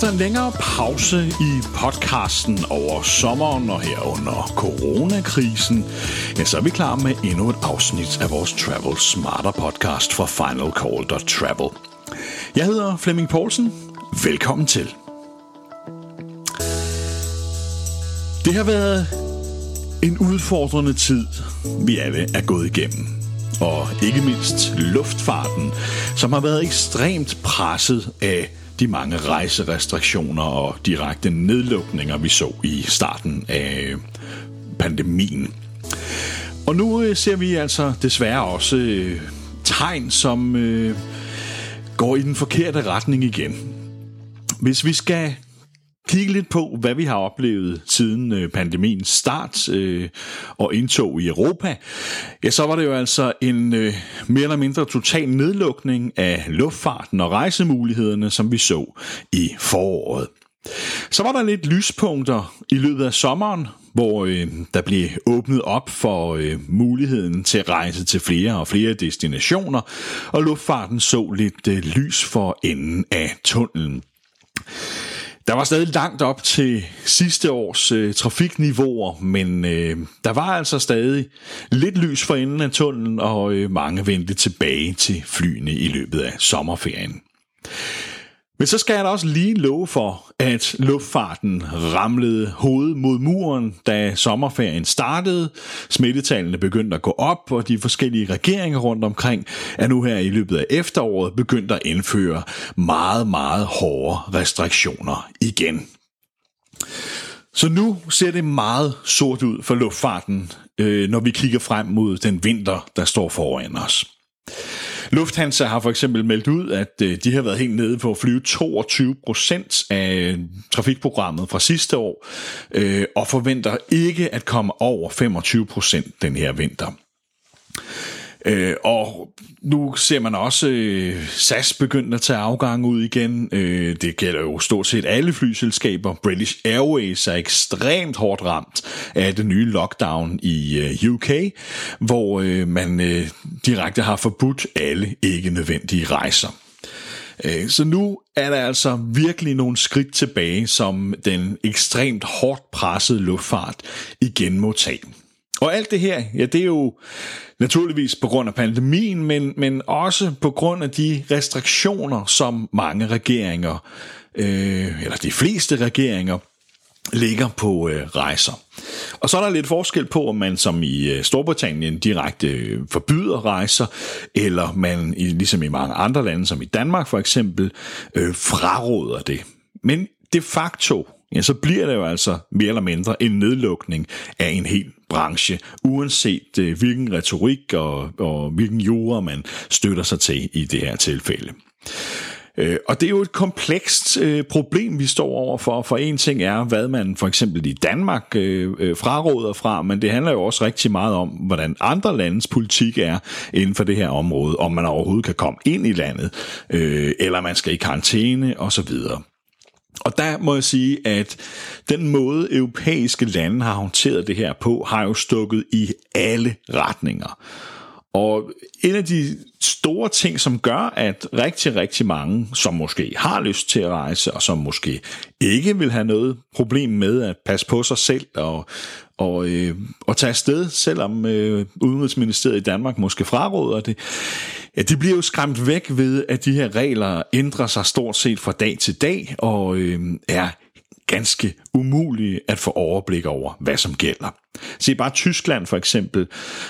Efter en længere pause i podcasten over sommeren og her under coronakrisen, ja, så er vi klar med endnu et afsnit af vores Travel Smarter podcast fra finalcall.travel. Jeg hedder Flemming Poulsen. Velkommen til. Det har været en udfordrende tid, vi alle er gået igennem. Og ikke mindst luftfarten, som har været ekstremt presset af de mange rejserestriktioner og direkte nedlukninger, vi så i starten af pandemien. Og nu ser vi altså desværre også tegn, som går i den forkerte retning igen. Hvis vi skal kigge lidt på, hvad vi har oplevet siden pandemiens start og indtog i Europa, ja, så var det jo altså en mere eller mindre total nedlukning af luftfarten og rejsemulighederne, som vi så i foråret. Så var der lidt lyspunkter i løbet af sommeren, hvor der blev åbnet op for muligheden til at rejse til flere og flere destinationer, og luftfarten så lidt lys for enden af tunnelen. Der var stadig langt op til sidste års trafikniveauer, men der var altså stadig lidt lys for enden af tunnelen, og mange vendte tilbage til flyene i løbet af sommerferien. Men så skal jeg da også lige love for, at luftfarten ramlede hovedet mod muren, da sommerferien startede. Smittetallene begyndte at gå op, og de forskellige regeringer rundt omkring er nu her i løbet af efteråret begyndt at indføre meget, meget hårde restriktioner igen. Så nu ser det meget sort ud for luftfarten, når vi kigger frem mod den vinter, der står foran os. Lufthansa har for eksempel meldt ud, at de har været helt nede på at flyve 22% af trafikprogrammet fra sidste år, og forventer ikke at komme over 25% den her vinter. Og nu ser man også SAS begyndt at tage afgang ud igen. Det gælder jo stort set alle flyselskaber. British Airways er ekstremt hårdt ramt af det nye lockdown i UK, hvor man direkte har forbudt alle ikke nødvendige rejser. Så nu er der altså virkelig nogle skridt tilbage, som den ekstremt hårdt pressede luftfart igen må tage. Og alt det her, ja, det er jo naturligvis på grund af pandemien, men også på grund af de restriktioner, som mange regeringer, eller de fleste regeringer, ligger på rejser. Og så er der lidt forskel på, om man som i Storbritannien direkte forbyder rejser, eller man ligesom i mange andre lande, som i Danmark for eksempel, fraråder det. Men de facto, ja, så bliver det jo altså mere eller mindre en nedlukning af en hel branche, uanset hvilken retorik og hvilken jura man støtter sig til i det her tilfælde. Og det er jo et komplekst problem, vi står overfor. For en ting er, hvad man for eksempel i Danmark fraråder fra, men det handler jo også rigtig meget om, hvordan andre landes politik er inden for det her område, om man overhovedet kan komme ind i landet, eller man skal i karantæne osv. Og der må jeg sige, at den måde europæiske lande har håndteret det her på, har jo stukket i alle retninger. Og en af de store ting, som gør, at rigtig, rigtig mange, som måske har lyst til at rejse, og som måske ikke vil have noget problem med at passe på sig selv og tage afsted, selvom Udenrigsministeriet i Danmark måske fraråder det, ja, de bliver jo skræmt væk ved, at de her regler ændrer sig stort set fra dag til dag, og er ganske umulige at få overblik over, hvad som gælder. Se bare Tyskland for eksempel,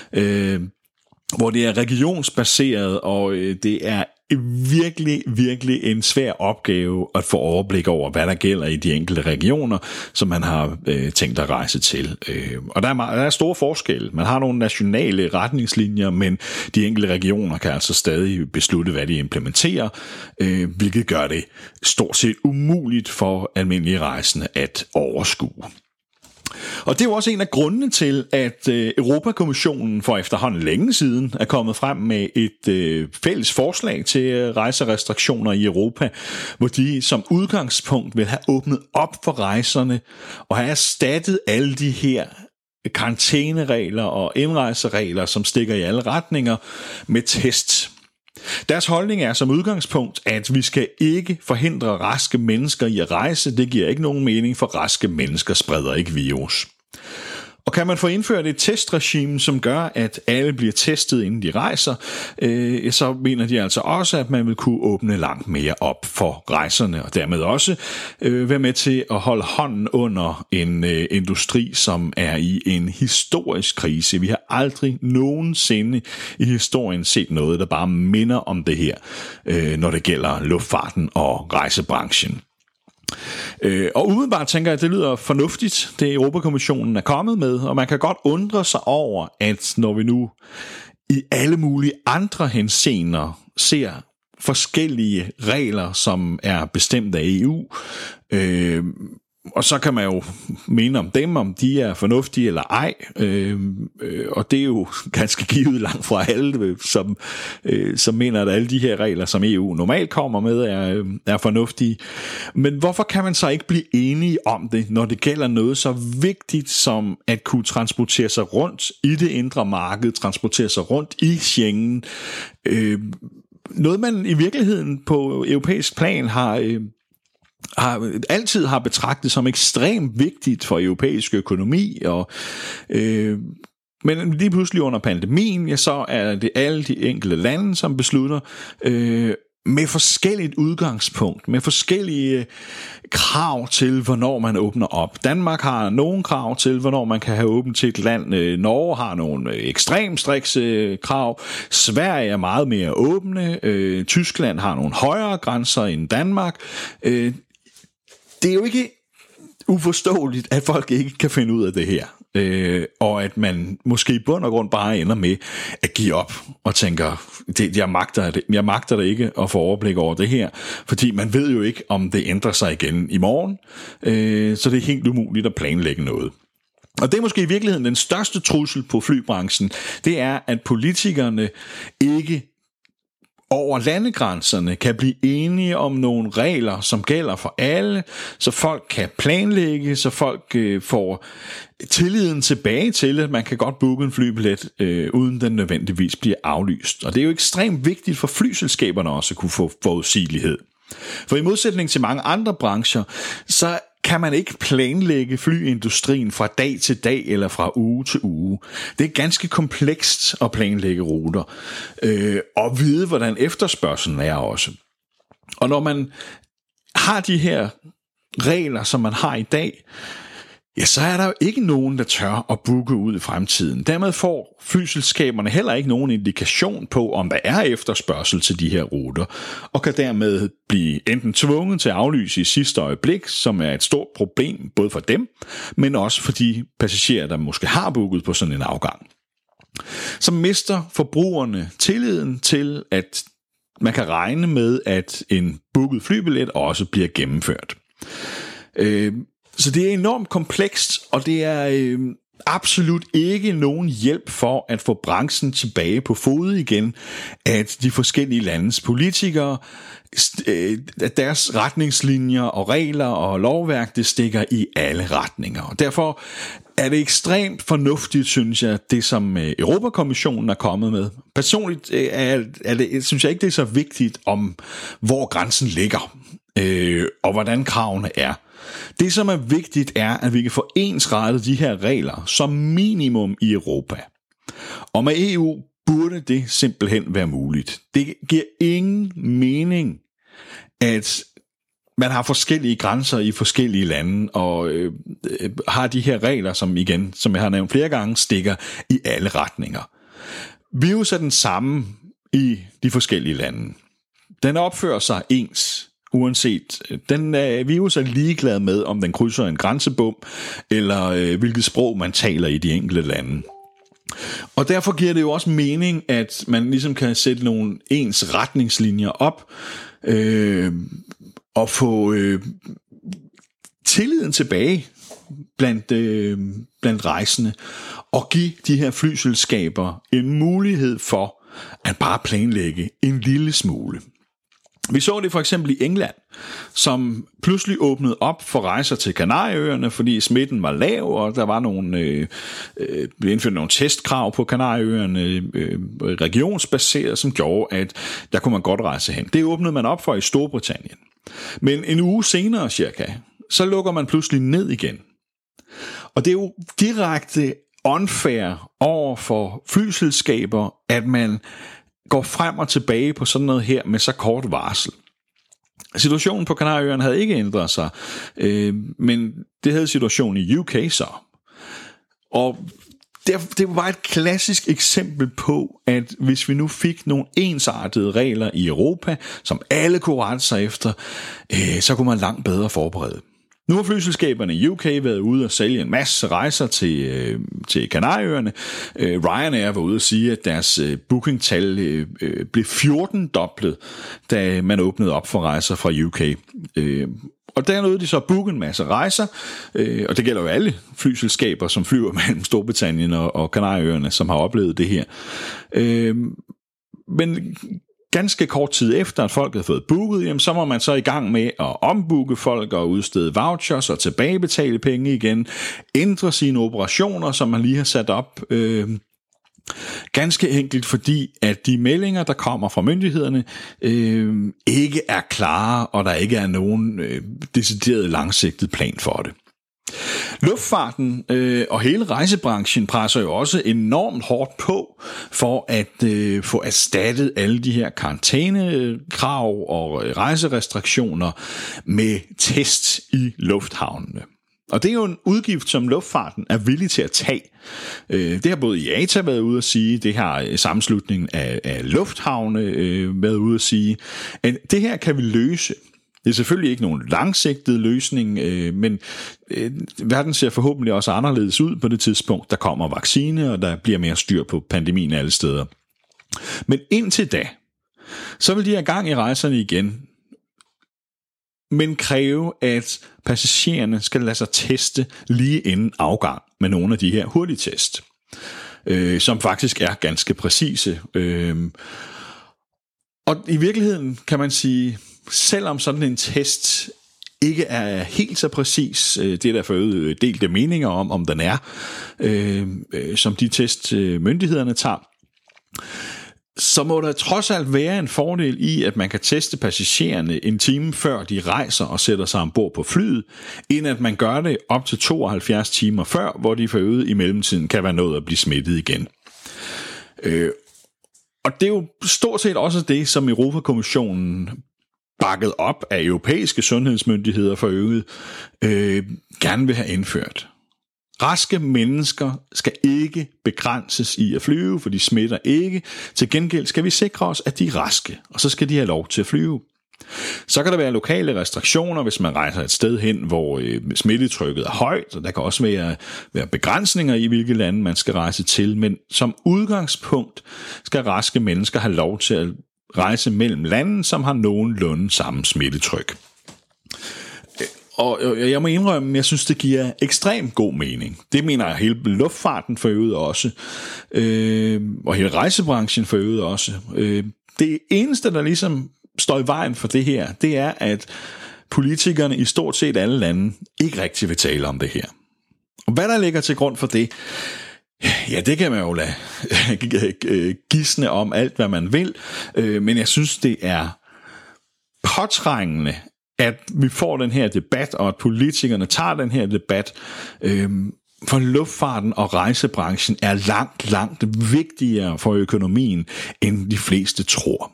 hvor det er regionsbaseret, og det er virkelig, virkelig en svær opgave at få overblik over, hvad der gælder i de enkelte regioner, som man har tænkt at rejse til. Og der er store forskelle. Man har nogle nationale retningslinjer, men de enkelte regioner kan altså stadig beslutte, hvad de implementerer, hvilket gør det stort set umuligt for almindelige rejsende at overskue. Og det er jo også en af grundene til, at Europakommissionen for efterhånden længe siden er kommet frem med et fælles forslag til rejserestriktioner i Europa, hvor de som udgangspunkt vil have åbnet op for rejserne og have erstattet alle de her karantæneregler og indrejseregler, som stikker i alle retninger, med test. Deres holdning er som udgangspunkt, at vi skal ikke forhindre raske mennesker i at rejse. Det giver ikke nogen mening, for raske mennesker spreder ikke virus. Og kan man få indført et testregime, som gør, at alle bliver testet, inden de rejser, så mener de altså også, at man vil kunne åbne langt mere op for rejserne, og dermed også være med til at holde hånden under en industri, som er i en historisk krise. Vi har aldrig nogensinde i historien set noget, der bare minder om det her, når det gælder luftfarten og rejsebranchen. Og umiddelbart tænker jeg, at det lyder fornuftigt, det Europakommissionen er kommet med, og man kan godt undre sig over, at når vi nu i alle mulige andre henseender ser forskellige regler, som er bestemt af EU, og så kan man jo mene om dem, om de er fornuftige eller ej, og det er jo ganske givet langt fra alle, som mener, at alle de her regler, som EU normalt kommer med, er fornuftige. Men hvorfor kan man så ikke blive enige om det, når det gælder noget så vigtigt som at kunne transportere sig rundt i det indre marked, transportere sig rundt i Schengen? Noget man i virkeligheden på europæisk plan altid har betragtet som ekstremt vigtigt for europæisk økonomi, men lige pludselig under pandemien, ja, så er det alle de enkelte lande, som beslutter med forskelligt udgangspunkt, med forskellige krav til, hvornår man åbner op. Danmark har nogle krav til, hvornår man kan have åbent til et land. Norge har nogle ekstremt strikse krav. Sverige er meget mere åbne. Tyskland har nogle højere grænser end Danmark. Det er jo ikke uforståeligt, at folk ikke kan finde ud af det her. Og at man måske i bund og grund bare ender med at give op og tænker, jeg magter det ikke at få overblik over det her, fordi man ved jo ikke, om det ændrer sig igen i morgen, så det er helt umuligt at planlægge noget. Og det er måske i virkeligheden den største trussel på flybranchen, det er, at politikerne ikke over landegrænserne kan blive enige om nogle regler, som gælder for alle, så folk kan planlægge, så folk får tilliden tilbage til, at man kan godt booke en flybillet, uden den nødvendigvis bliver aflyst. Og det er jo ekstremt vigtigt for flyselskaberne også at kunne få forudsigelighed. For i modsætning til mange andre brancher, så kan man ikke planlægge flyindustrien fra dag til dag eller fra uge til uge. Det er ganske komplekst at planlægge ruter, og vide, hvordan efterspørgselen er også. Og når man har de her regler, som man har i dag, ja, så er der jo ikke nogen, der tør at booke ud i fremtiden. Dermed får flyselskaberne heller ikke nogen indikation på, om der er efterspørgsel til de her ruter, og kan dermed blive enten tvunget til at aflyse i sidste øjeblik, som er et stort problem både for dem, men også for de passagerer, der måske har booket på sådan en afgang. Så mister forbrugerne tilliden til, at man kan regne med, at en booket flybillet også bliver gennemført. Så det er enormt komplekst, og det er absolut ikke nogen hjælp for at få branchen tilbage på fod igen, at de forskellige landes politikere, at deres retningslinjer og regler og lovværk, det stikker i alle retninger. Og derfor er det ekstremt fornuftigt, synes jeg, det som Europakommissionen er kommet med. Personligt synes jeg ikke, det er så vigtigt om, hvor grænsen ligger, og hvordan kravene er. Det, som er vigtigt, er, at vi kan få ensrettet de her regler som minimum i Europa. Og med EU burde det simpelthen være muligt. Det giver ingen mening, at man har forskellige grænser i forskellige lande, og har de her regler, som jeg har nævnt flere gange, stikker i alle retninger. Virus er den samme i de forskellige lande. Den opfører sig ens. Uanset, den virus er ligeglad med, om den krydser en grænsebom, eller hvilket sprog man taler i de enkelte lande. Og derfor giver det jo også mening, at man ligesom kan sætte nogle ens retningslinjer op, og få tilliden tilbage blandt rejsende, og give de her flyselskaber en mulighed for at bare planlægge en lille smule. Vi så det for eksempel i England, som pludselig åbnede op for rejser til Kanarieøerne, fordi smitten var lav, og der var blev indført nogle testkrav på Kanarieøerne, regionsbaseret, som gjorde, at der kunne man godt rejse hen. Det åbnede man op for i Storbritannien. Men en uge senere cirka, så lukker man pludselig ned igen. Og det er jo direkte unfair over for flyselskaber, at man går frem og tilbage på sådan noget her med så kort varsel. Situationen på Kanarieøerne havde ikke ændret sig, men det havde situationen i UK så. Og det var et klassisk eksempel på, at hvis vi nu fik nogle ensartede regler i Europa, som alle kunne rette sig efter, så kunne man langt bedre forberede. Nu har flyselskaberne i UK været ude og sælge en masse rejser til Kanarieøerne. Ryanair var ude at sige, at deres bookingtal blev 14-doblet, da man åbnede op for rejser fra UK. Og der nåede de så at booke en masse rejser, og det gælder jo alle flyselskaber, som flyver mellem Storbritannien og Kanarieøerne, som har oplevet det her. Men ganske kort tid efter, at folk havde fået booket, jamen, så var man så i gang med at ombooke folk og udstede vouchers og tilbagebetale penge igen, ændre sine operationer, som man lige har sat op. Ganske enkelt fordi, at de meldinger, der kommer fra myndighederne, ikke er klare, og der ikke er nogen decideret langsigtet plan for det. Luftfarten og hele rejsebranchen presser jo også enormt hårdt på for at få erstattet alle de her karantænekrav og rejserestriktioner med test i lufthavnene. Og det er jo en udgift, som luftfarten er villig til at tage. Det har både IATA været ude at sige, det har sammenslutningen af lufthavne været ude at sige, at det her kan vi løse. Det er selvfølgelig ikke nogen langsigtet løsning, men verden ser forhåbentlig også anderledes ud på det tidspunkt. Der kommer vaccine, og der bliver mere styr på pandemien alle steder. Men indtil da, så vil de have gang i rejserne igen, men kræve, at passagererne skal lade sig teste lige inden afgang med nogle af de her hurtigtest, som faktisk er ganske præcise. Og i virkeligheden kan man sige, selvom sådan en test ikke er helt så præcis, det er der for øvrigt delte meninger om den er, som de test myndighederne tager, så må der trods alt være en fordel i, at man kan teste passagererne en time før de rejser og sætter sig ombord på flyet, end at man gør det op til 72 timer før, hvor de for øvrigt i mellemtiden kan være nået at blive smittet igen. Og det er jo stort set også det, som Europakommissionen bakket op af europæiske sundhedsmyndigheder for øvrigt gerne vil have indført. Raske mennesker skal ikke begrænses i at flyve, for de smitter ikke. Til gengæld skal vi sikre os, at de er raske, og så skal de have lov til at flyve. Så kan der være lokale restriktioner, hvis man rejser et sted hen, hvor smittetrykket er højt, og der kan også være begrænsninger i, hvilke lande man skal rejse til, men som udgangspunkt skal raske mennesker have lov til at rejse mellem lande, som har nogenlunde samme smittetryk. Og jeg må indrømme, at jeg synes, det giver ekstremt god mening. Det mener jeg hele luftfarten for øvrigt også, og hele rejsebranchen for øvrigt også. Det eneste, der ligesom står i vejen for det her, det er, at politikerne i stort set alle lande ikke rigtig vil tale om det her. Og hvad der ligger til grund for det, ja, det kan man jo lade gisne om alt, hvad man vil, men jeg synes, det er påtrængende, at vi får den her debat, og at politikerne tager den her debat, for luftfarten og rejsebranchen er langt, langt vigtigere for økonomien, end de fleste tror.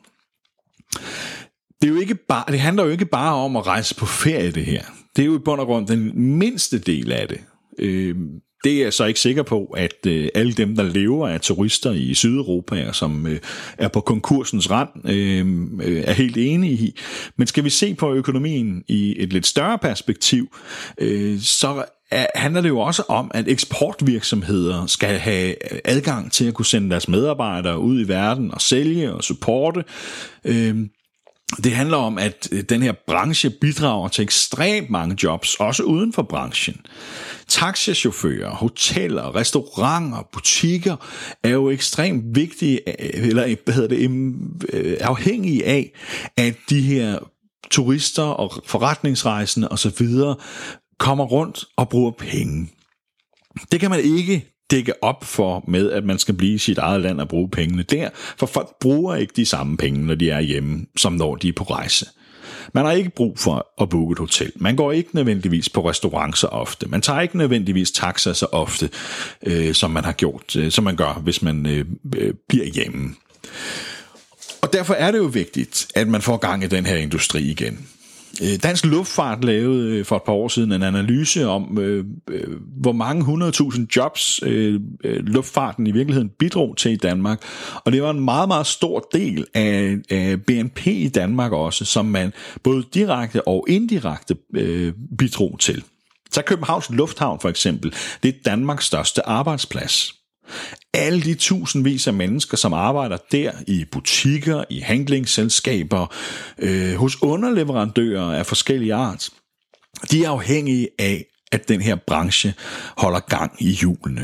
Det handler jo ikke bare om at rejse på ferie, det her. Det er jo i bund og grund den mindste del af det. Det er jeg så ikke sikker på, at alle dem, der lever af turister i Sydeuropa, og som er på konkursens rand, er helt enige i. Men skal vi se på økonomien i et lidt større perspektiv, så handler det jo også om, at eksportvirksomheder skal have adgang til at kunne sende deres medarbejdere ud i verden og sælge og supporte. Det handler om, at den her branche bidrager til ekstremt mange jobs, også uden for branchen. Taxachauffører, hoteller, restauranter, butikker er jo ekstremt vigtige, eller afhængige af, at de her turister og forretningsrejsende osv. kommer rundt og bruger penge. Det kan man ikke dække op for med, at man skal blive i sit eget land og bruge pengene der, for folk bruger ikke de samme penge, når de er hjemme, som når de er på rejse. Man har ikke brug for at booke et hotel. Man går ikke nødvendigvis på restaurant så ofte. Man tager ikke nødvendigvis taxa så ofte, som man har gjort, som man gør, hvis man bliver hjemme. Og derfor er det jo vigtigt, at man får gang i den her industri igen. Dansk Luftfart lavede for et par år siden en analyse om, hvor mange 100.000 jobs luftfarten i virkeligheden bidrog til i Danmark. Og det var en meget, meget stor del af BNP i Danmark også, som man både direkte og indirekte bidrog til. Så Københavns Lufthavn for eksempel, det er Danmarks største arbejdsplads. Alle de tusindvis af mennesker, som arbejder der i butikker, i handlingsselskaber, hos underleverandører af forskellige art, de er afhængige af, at den her branche holder gang i hjulene.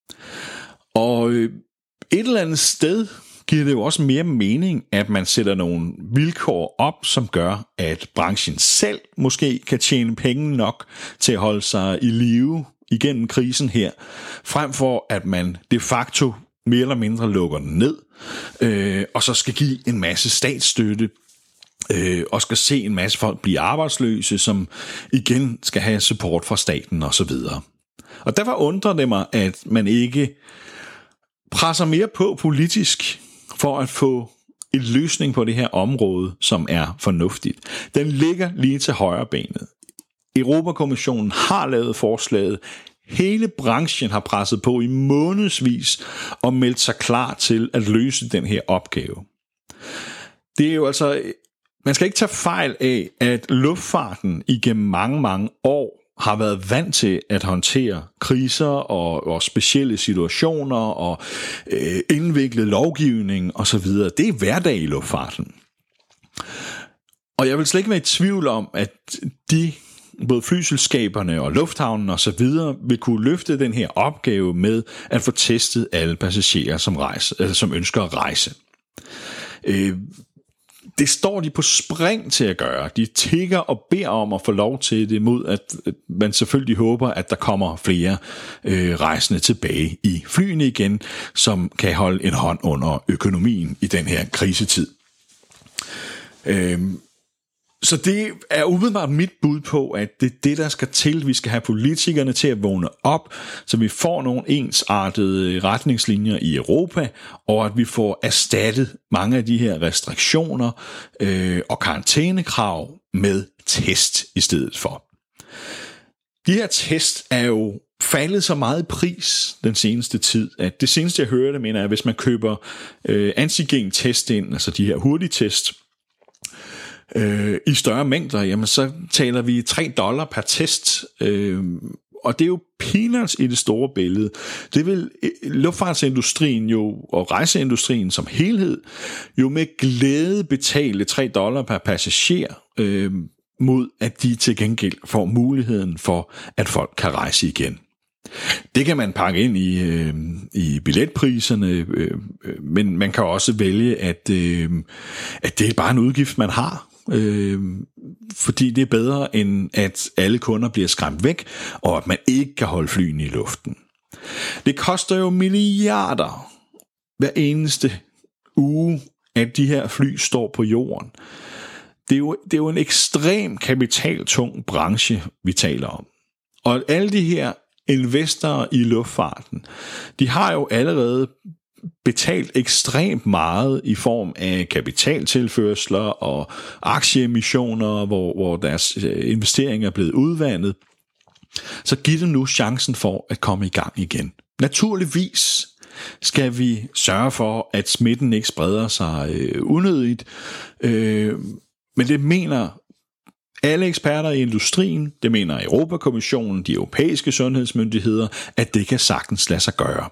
Og et eller andet sted giver det jo også mere mening, at man sætter nogle vilkår op, som gør, at branchen selv måske kan tjene penge nok til at holde sig i live igennem krisen her, frem for at man de facto mere eller mindre lukker den ned, og så skal give en masse statsstøtte, og skal se en masse folk blive arbejdsløse, som igen skal have support fra staten osv. Og derfor undrer det mig, at man ikke presser mere på politisk for at få en løsning på det her område, som er fornuftigt. Den ligger lige til højre benet. Europakommissionen har lavet forslaget. Hele branchen har presset på i månedsvis og meldt sig klar til at løse den her opgave. Det er jo altså, man skal ikke tage fejl af, at luftfarten igennem mange, mange år har været vant til at håndtere kriser og specielle situationer og indviklet lovgivning osv. Det er hverdag i luftfarten. Og jeg vil slet ikke være i tvivl om, at både flyselskaberne og lufthavnen og så videre vil kunne løfte den her opgave med at få testet alle passagerer, som ønsker at rejse. Det står de på spring til at gøre. De tigger og beder om at få lov til det, mod at man selvfølgelig håber, at der kommer flere rejsende tilbage i flyene igen, som kan holde en hånd under økonomien i den her krisetid. Så det er umiddelbart mit bud på, at det er det, der skal til. Vi skal have politikerne til at vågne op, så vi får nogle ensartede retningslinjer i Europa, og at vi får erstattet mange af de her restriktioner og karantænekrav med test i stedet for. De her test er jo faldet så meget i pris den seneste tid, at det seneste jeg hørte, mener jeg, at hvis man køber antigen-test ind, altså de her hurtigtest, i større mængder, jamen så taler vi $3 per test, og det er jo peanuts i det store billede. Det vil luftfartsindustrien jo, og rejseindustrien som helhed, jo med glæde betale $3 per passager, mod at de til gengæld får muligheden for, at folk kan rejse igen. Det kan man pakke ind i billetpriserne, men man kan også vælge, at det er bare en udgift, man har. Fordi det er bedre, end at alle kunder bliver skræmt væk, og at man ikke kan holde flyene i luften. Det koster jo milliarder hver eneste uge, at de her fly står på jorden. Det er jo en ekstrem kapitaltung branche, vi taler om. Og alle de her investorer i luftfarten, de har jo allerede betalt ekstremt meget i form af kapitaltilførsler og aktieemissioner, hvor deres investeringer er blevet udvandet. Så giv dem nu chancen for at komme i gang igen. Naturligvis skal vi sørge for, at smitten ikke spreder sig unødigt, men det mener alle eksperter i industrien, det mener Europakommissionen, de europæiske sundhedsmyndigheder, at det kan sagtens lade sig gøre.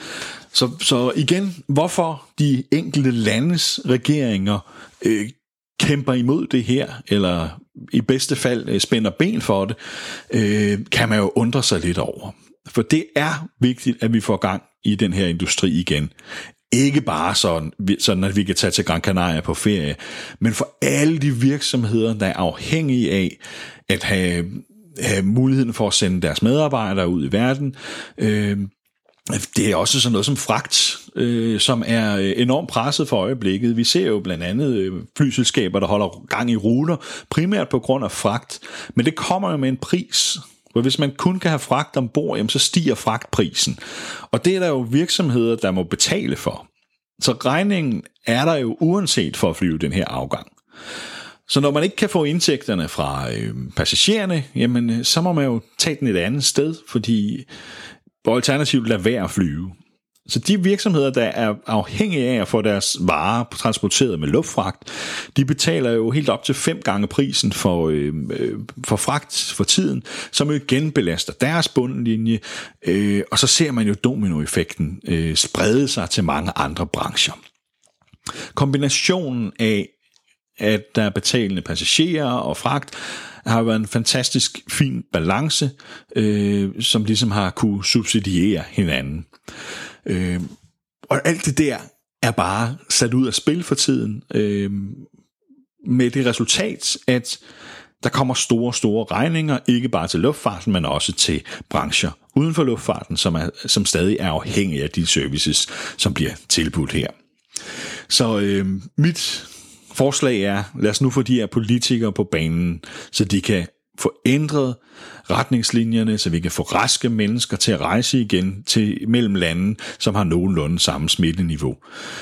Så igen, hvorfor de enkelte landes regeringer kæmper imod det her, eller i bedste fald spænder ben for det, kan man jo undre sig lidt over. For det er vigtigt, at vi får gang i den her industri igen. Ikke bare sådan, at vi kan tage til Gran Canaria på ferie, men for alle de virksomheder, der er afhængige af at have muligheden for at sende deres medarbejdere ud i verden. Det er også sådan noget som fragt, som er enormt presset for øjeblikket. Vi ser jo blandt andet flyselskaber, der holder gang i ruter, primært på grund af fragt. Men det kommer jo med en pris. For hvis man kun kan have fragt ombord, jamen så stiger fragtprisen. Og det er der jo virksomheder, der må betale for. Så regningen er der jo uanset for at flyve den her afgang. Så når man ikke kan få indtægterne fra passagererne, jamen så må man jo tage den et andet sted, fordi alternativt lade være at flyve. Så de virksomheder, der er afhængige af at få deres varer transporteret med luftfragt, de betaler jo helt op til 5 gange prisen for fragt for tiden, som jo igen belaster deres bundlinje, og så ser man jo dominoeffekten sprede sig til mange andre brancher. Kombinationen af, at der er betalende passagerer og fragt, har været en fantastisk fin balance, som ligesom har kunne subsidiere hinanden. Og alt det der er bare sat ud af spil for tiden, med det resultat, at der kommer store regninger, ikke bare til luftfarten, men også til brancher uden for luftfarten, som stadig er afhængige af de services, som bliver tilbudt her. Så mit forslag er, lad os nu få de her politikere på banen, så de kan få ændret retningslinjerne, så vi kan få raske mennesker til at rejse igen til mellem lande, som har nogenlunde samme smitteniveau.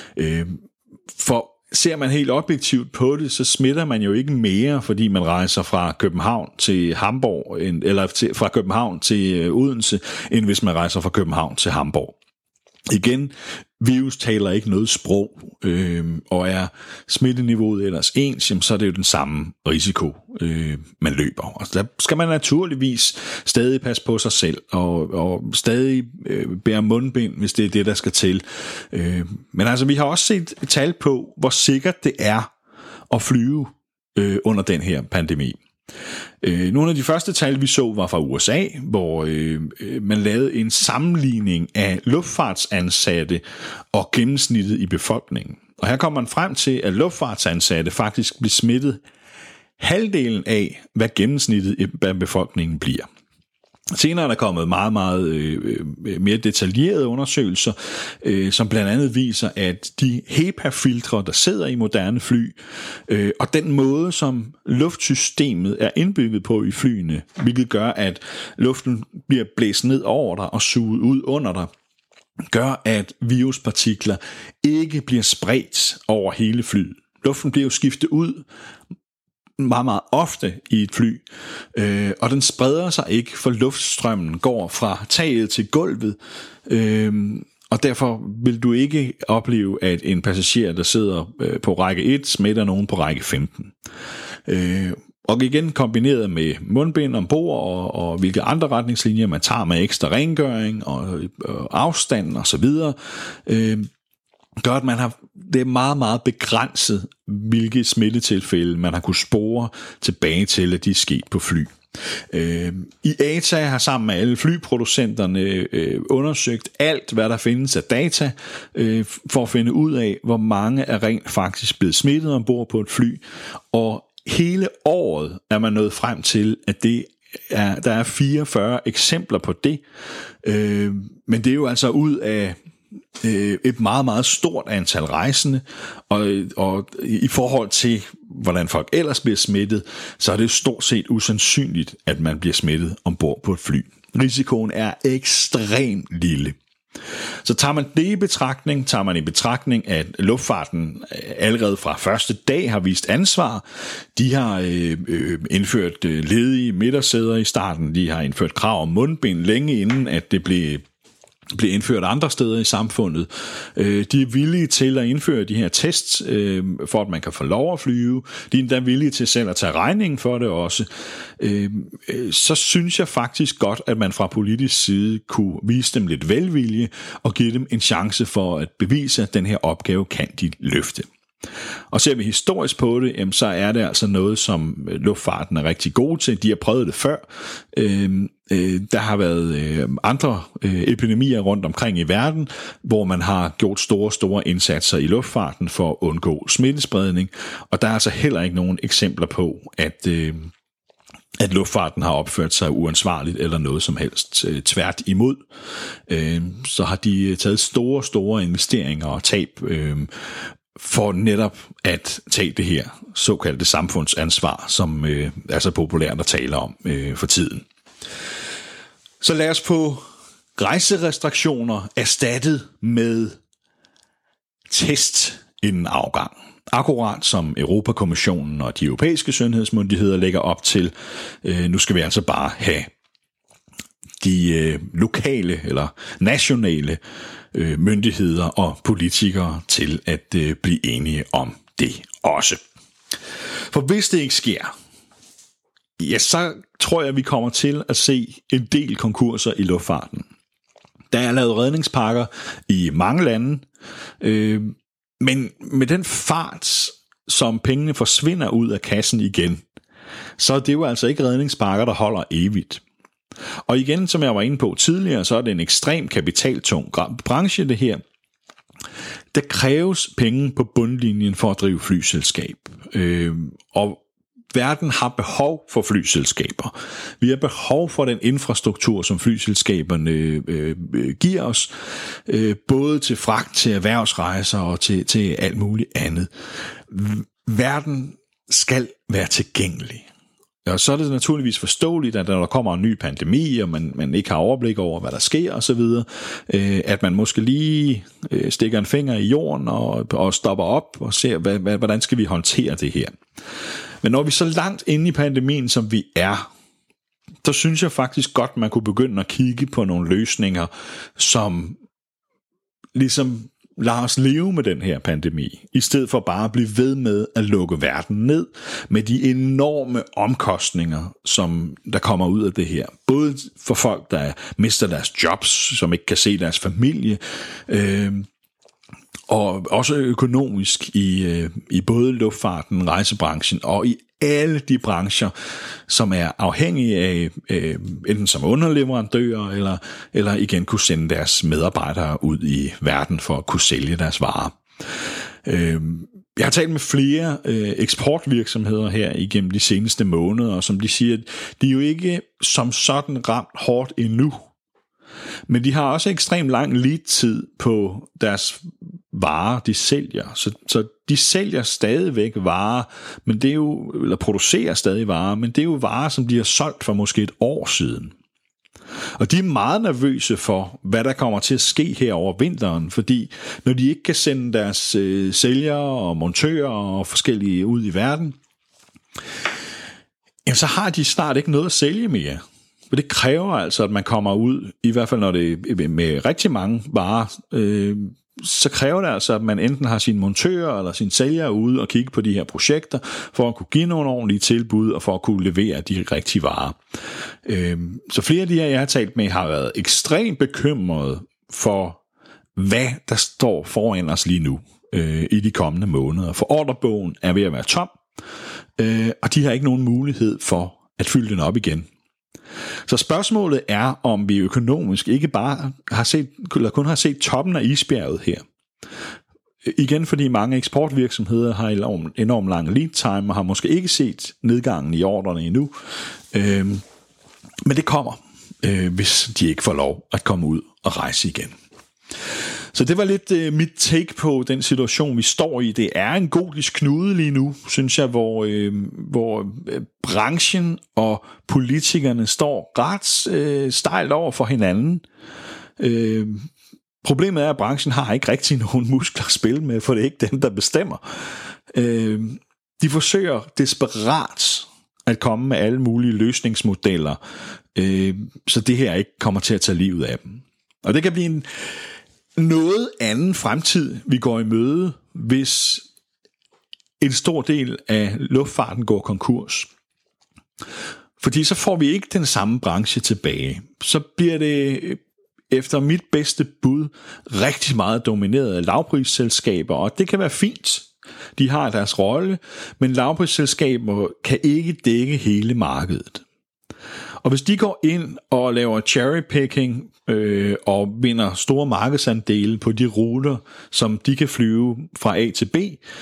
For ser man helt objektivt på det, så smitter man jo ikke mere, fordi man rejser fra København til Hamburg, eller fra København til Odense, end hvis man rejser fra København til Hamburg. Igen, virus taler ikke noget sprog, og er smitteniveauet ellers ens, så er det jo den samme risiko, man løber. Og der skal man naturligvis stadig passe på sig selv, og stadig bære mundbind, hvis det er det, der skal til. Men altså, vi har også set et tal på, hvor sikkert det er at flyve under den her pandemi. Nogle af de første tal, vi så, var fra USA, hvor man lavede en sammenligning af luftfartsansatte og gennemsnittet i befolkningen. Og her kommer man frem til, at luftfartsansatte faktisk bliver smittet halvdelen af, hvad gennemsnittet af befolkningen bliver. Senere er der kommet meget mere detaljerede undersøgelser, som blandt andet viser, at de HEPA-filtre, der sidder i moderne fly, og den måde, som luftsystemet er indbygget på i flyene, hvilket gør, at luften bliver blæst ned over dig og suget ud under dig, gør, at viruspartikler ikke bliver spredt over hele flyet. Luften bliver jo skiftet ud meget ofte i et fly, og den spreder sig ikke, for luftstrømmen går fra taget til gulvet, og derfor vil du ikke opleve, at en passager, der sidder på række 1, smitter nogen på række 15. Og igen kombineret med mundbind ombord og hvilke andre retningslinjer man tager med ekstra rengøring og afstand og så videre, gør, at det er meget begrænset, hvilke smittetilfælde man har kunne spore tilbage til, at de er sket på fly. IATA har sammen med alle flyproducenterne undersøgt alt, hvad der findes af data, for at finde ud af, hvor mange er rent faktisk blevet smittet ombord på et fly, og hele året er man nået frem til, at der er 44 eksempler på det, men det er jo altså ud af et meget stort antal rejsende, og i forhold til, hvordan folk ellers bliver smittet, så er det stort set usandsynligt, at man bliver smittet ombord på et fly. Risikoen er ekstremt lille. Så tager man det i betragtning, at luftfarten allerede fra første dag har vist ansvar. De har indført ledige midtersæder i starten, de har indført krav om mundbind længe inden, at det blev indført andre steder i samfundet. De er villige til at indføre de her tests, for at man kan få lov at flyve. De er endda villige til selv at tage regningen for det også. Så synes jeg faktisk godt, at man fra politisk side kunne vise dem lidt velvilje og give dem en chance for at bevise, at den her opgave kan de løfte. Og ser vi historisk på det, jamen, så er det altså noget, som luftfarten er rigtig god til. De har prøvet det før. Der har været andre epidemier rundt omkring i verden, hvor man har gjort store indsatser i luftfarten for at undgå smittespredning. Og der er altså heller ikke nogen eksempler på, at luftfarten har opført sig uansvarligt eller noget som helst. Tvært imod, så har de taget store investeringer og tab for netop at tage det her såkaldte samfundsansvar, som er så populært at tale om for tiden. Så lad os få rejserestriktioner erstattet med test inden afgang. Akkurat som Europakommissionen og de europæiske sundhedsmyndigheder lægger op til. Nu skal vi altså bare have de lokale eller nationale myndigheder og politikere til at blive enige om det også. For hvis det ikke sker, ja, så tror jeg, at vi kommer til at se en del konkurser i luftfarten. Der er lavet redningspakker i mange lande, men med den fart, som pengene forsvinder ud af kassen igen, så er det jo altså ikke redningspakker, der holder evigt. Og igen, som jeg var inde på tidligere, så er det en ekstrem kapitaltung branche, det her. Der kræves penge på bundlinjen for at drive flyselskab. Og verden har behov for flyselskaber. Vi har behov for den infrastruktur, som flyselskaberne giver os, både til fragt, til erhvervsrejser og til alt muligt andet. Verden skal være tilgængelig. Og så er det naturligvis forståeligt, at når der kommer en ny pandemi, og man ikke har overblik over, hvad der sker osv., at man måske lige stikker en finger i jorden og stopper op og ser, hvordan skal vi håndtere det her. Men når vi er så langt inde i pandemien, som vi er, så synes jeg faktisk godt, man kunne begynde at kigge på nogle løsninger, som ligesom lader os leve med den her pandemi, i stedet for bare at blive ved med at lukke verden ned med de enorme omkostninger, som der kommer ud af det her. Både for folk, der mister deres jobs, som ikke kan se deres familie, og også økonomisk i både luftfarten, rejsebranchen og i alle de brancher, som er afhængige af enten som underleverandører eller igen kunne sende deres medarbejdere ud i verden for at kunne sælge deres varer. Jeg har talt med flere eksportvirksomheder her igennem de seneste måneder, og som de siger, de er jo ikke som sådan ramt hårdt endnu. Men de har også ekstremt lang lead-tid på deres varer, de sælger. Så de sælger stadigvæk varer, men det er jo, eller producerer stadig varer, men det er jo varer, som de har solgt for måske et år siden. Og de er meget nervøse for, hvad der kommer til at ske her over vinteren, fordi når de ikke kan sende deres sælgere og montører og forskellige ud i verden, jamen så har de snart ikke noget at sælge mere. For det kræver altså, at man kommer ud, i hvert fald når det er med rigtig mange varer, så kræver det altså, at man enten har sine montører eller sine sælgere ude og kigge på de her projekter, for at kunne give nogle ordentlige tilbud og for at kunne levere de rigtige varer. Så flere af de her, jeg har talt med, har været ekstremt bekymrede for, hvad der står foran os lige nu i de kommende måneder. For ordrebogen er ved at være tom, og de har ikke nogen mulighed for at fylde den op igen. Så spørgsmålet er, om vi økonomisk ikke bare har set, eller kun har set toppen af isbjerget her. Igen fordi mange eksportvirksomheder har enormt lang lead time og har måske ikke set nedgangen i ordrene endnu. Men det kommer, hvis de ikke får lov at komme ud og rejse igen. Så det var lidt mit take på den situation, vi står i. Det er en godisk knude lige nu, synes jeg, hvor branchen og politikerne står ret stejlt over for hinanden. Problemet er, at branchen har ikke rigtig nogen muskler at spille med, for det er ikke dem, der bestemmer. De forsøger desperat at komme med alle mulige løsningsmodeller, så det her ikke kommer til at tage livet af dem. Og det kan blive en noget anden fremtid, vi går i møde, hvis en stor del af luftfarten går konkurs. Fordi så får vi ikke den samme branche tilbage. Så bliver det efter mit bedste bud rigtig meget domineret af lavprisselskaber, og det kan være fint. De har deres rolle, men lavprisselskaber kan ikke dække hele markedet. Og hvis de går ind og laver cherrypicking og vinder store markedsandele på de ruter, som de kan flyve fra A til B,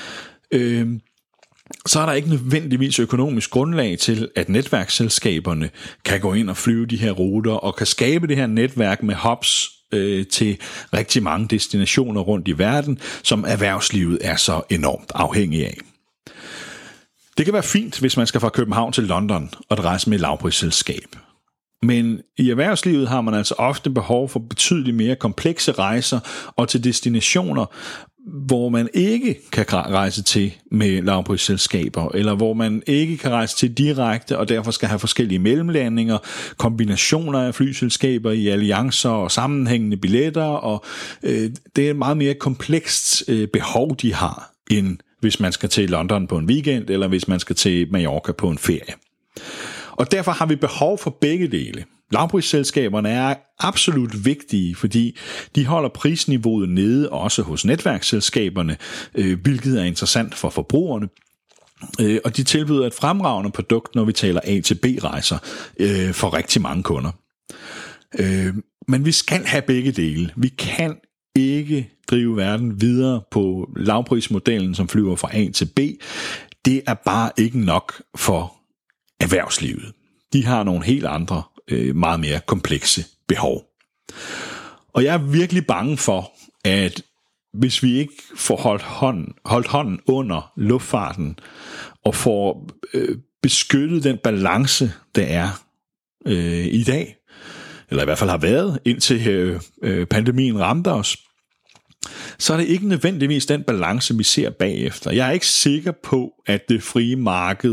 så er der ikke nødvendigvis økonomisk grundlag til, at netværksselskaberne kan gå ind og flyve de her ruter og kan skabe det her netværk med hubs til rigtig mange destinationer rundt i verden, som erhvervslivet er så enormt afhængig af. Det kan være fint, hvis man skal fra København til London og rejse med et lavprisselskab. Men i erhvervslivet har man altså ofte behov for betydeligt mere komplekse rejser og til destinationer, hvor man ikke kan rejse til med lavprisselskaber, eller hvor man ikke kan rejse til direkte, og derfor skal have forskellige mellemlandinger, kombinationer af flyselskaber i alliancer og sammenhængende billetter, og det er et meget mere komplekst behov, de har, end hvis man skal til London på en weekend, eller hvis man skal til Mallorca på en ferie. Og derfor har vi behov for begge dele. Lavprisselskaberne er absolut vigtige, fordi de holder prisniveauet nede også hos netværksselskaberne, hvilket er interessant for forbrugerne. Og de tilbyder et fremragende produkt, når vi taler A til B-rejser for rigtig mange kunder. Men vi skal have begge dele. Vi kan ikke drive verden videre på lavprismodellen, som flyver fra A til B. Det er bare ikke nok for erhvervslivet. De har nogle helt andre, meget mere komplekse behov. Og jeg er virkelig bange for, at hvis vi ikke får holdt hånden under luftfarten og får beskyttet den balance, der er i dag, eller i hvert fald har været, indtil pandemien ramte os, så er det ikke nødvendigvis den balance, vi ser bagefter. Jeg er ikke sikker på, at det frie marked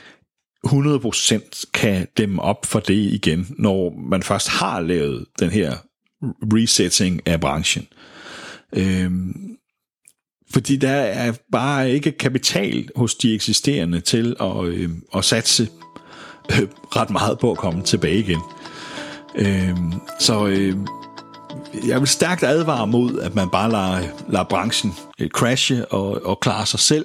100% kan dæmme op for det igen, når man først har lavet den her resetting af branchen. Fordi der er bare ikke kapital hos de eksisterende til at satse ret meget på at komme tilbage igen. Jeg vil stærkt advare mod, at man bare lader branchen crashe og klare sig selv.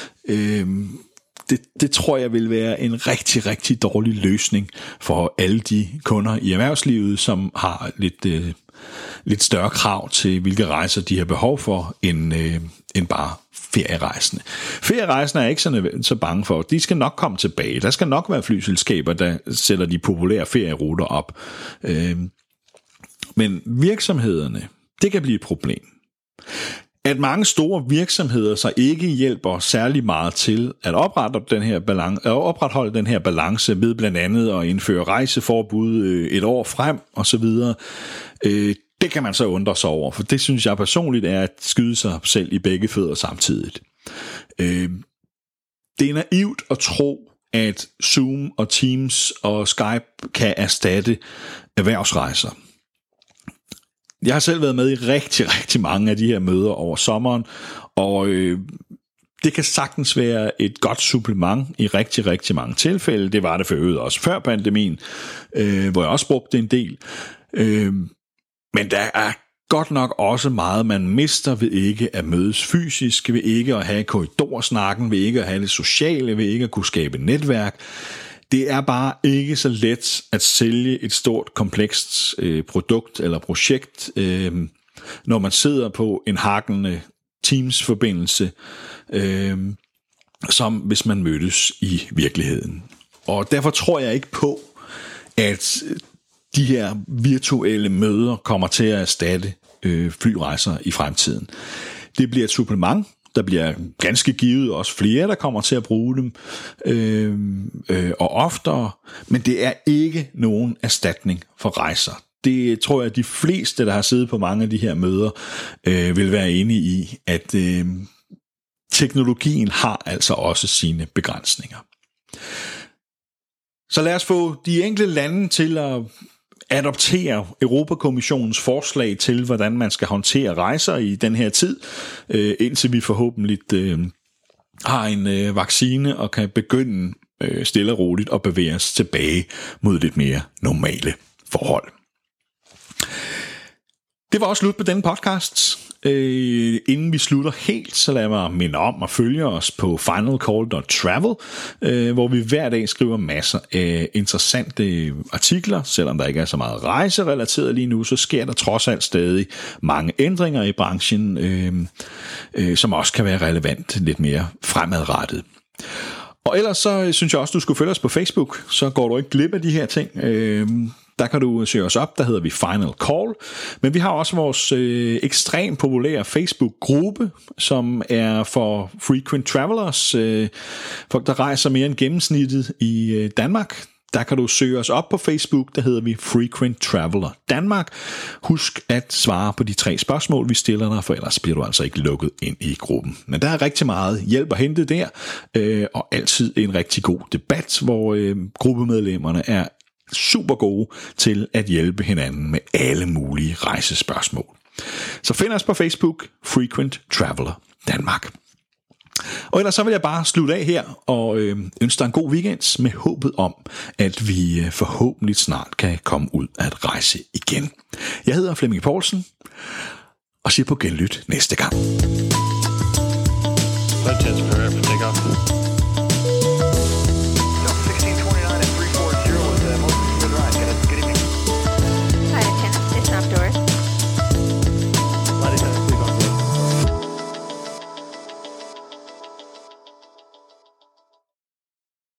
Det tror jeg vil være en rigtig, rigtig dårlig løsning for alle de kunder i erhvervslivet, som har lidt større krav til, hvilke rejser de har behov for, end bare ferierejsende. Ferierejsende er ikke så bange for. De skal nok komme tilbage. Der skal nok være flyselskaber, der sætter de populære ferieruter op. Men virksomhederne, det kan blive et problem. At mange store virksomheder så ikke hjælper særlig meget til at opretholde den her balance ved blandt andet at indføre rejseforbud et år frem osv., det kan man så undre sig over, for det synes jeg personligt er at skyde sig selv i begge fødder samtidigt. Det er naivt at tro, at Zoom og Teams og Skype kan erstatte erhvervsrejser. Jeg har selv været med i rigtig, rigtig mange af de her møder over sommeren, og det kan sagtens være et godt supplement i rigtig, rigtig mange tilfælde. Det var det for øvrigt også før pandemien, hvor jeg også brugte en del. Men der er godt nok også meget, man mister ved ikke at mødes fysisk, ved ikke at have korridorsnakken, ved ikke at have det sociale, ved ikke at kunne skabe netværk. Det er bare ikke så let at sælge et stort, komplekst produkt eller projekt, når man sidder på en hakkende Teams-forbindelse, som hvis man mødtes i virkeligheden. Og derfor tror jeg ikke på, at de her virtuelle møder kommer til at erstatte flyrejser i fremtiden. Det bliver et supplement. Der bliver ganske givet også flere, der kommer til at bruge dem, og oftere, men det er ikke nogen erstatning for rejser. Det tror jeg, at de fleste, der har siddet på mange af de her møder, vil være enige i, at teknologien har altså også sine begrænsninger. Så lad os få de enkelte lande til at adoptere Europakommissionens forslag til, hvordan man skal håndtere rejser i den her tid, indtil vi forhåbentlig har en vaccine og kan begynde stille og roligt at bevæge os tilbage mod lidt mere normale forhold. Det var også slut på denne podcast. Inden vi slutter helt, så lad mig minde om at følge os på finalcall.travel, hvor vi hver dag skriver masser af interessante artikler. Selvom der ikke er så meget rejserelateret lige nu, så sker der trods alt stadig mange ændringer i branchen, som også kan være relevant lidt mere fremadrettet. Og ellers så synes jeg også, du skulle følge os på Facebook, så går du ikke glip af de her ting. Der kan du søge os op, der hedder vi Final Call. Men vi har også vores ekstremt populære Facebook-gruppe, som er for frequent travelers, folk der rejser mere end gennemsnittet i Danmark. Der kan du søge os op på Facebook, der hedder vi Frequent Traveler Danmark. Husk at svare på de 3 spørgsmål, vi stiller dig, for ellers bliver du altså ikke lukket ind i gruppen. Men der er rigtig meget hjælp at hente der, og altid en rigtig god debat, hvor gruppemedlemmerne er super gode til at hjælpe hinanden med alle mulige rejsespørgsmål. Så find os på Facebook, Frequent Traveler Danmark. Og ellers så vil jeg bare slutte af her og ønske dig en god weekend med håbet om, at vi forhåbentlig snart kan komme ud at rejse igen. Jeg hedder Flemming Poulsen og siger på genlyt næste gang. Let's prepare for takeoff.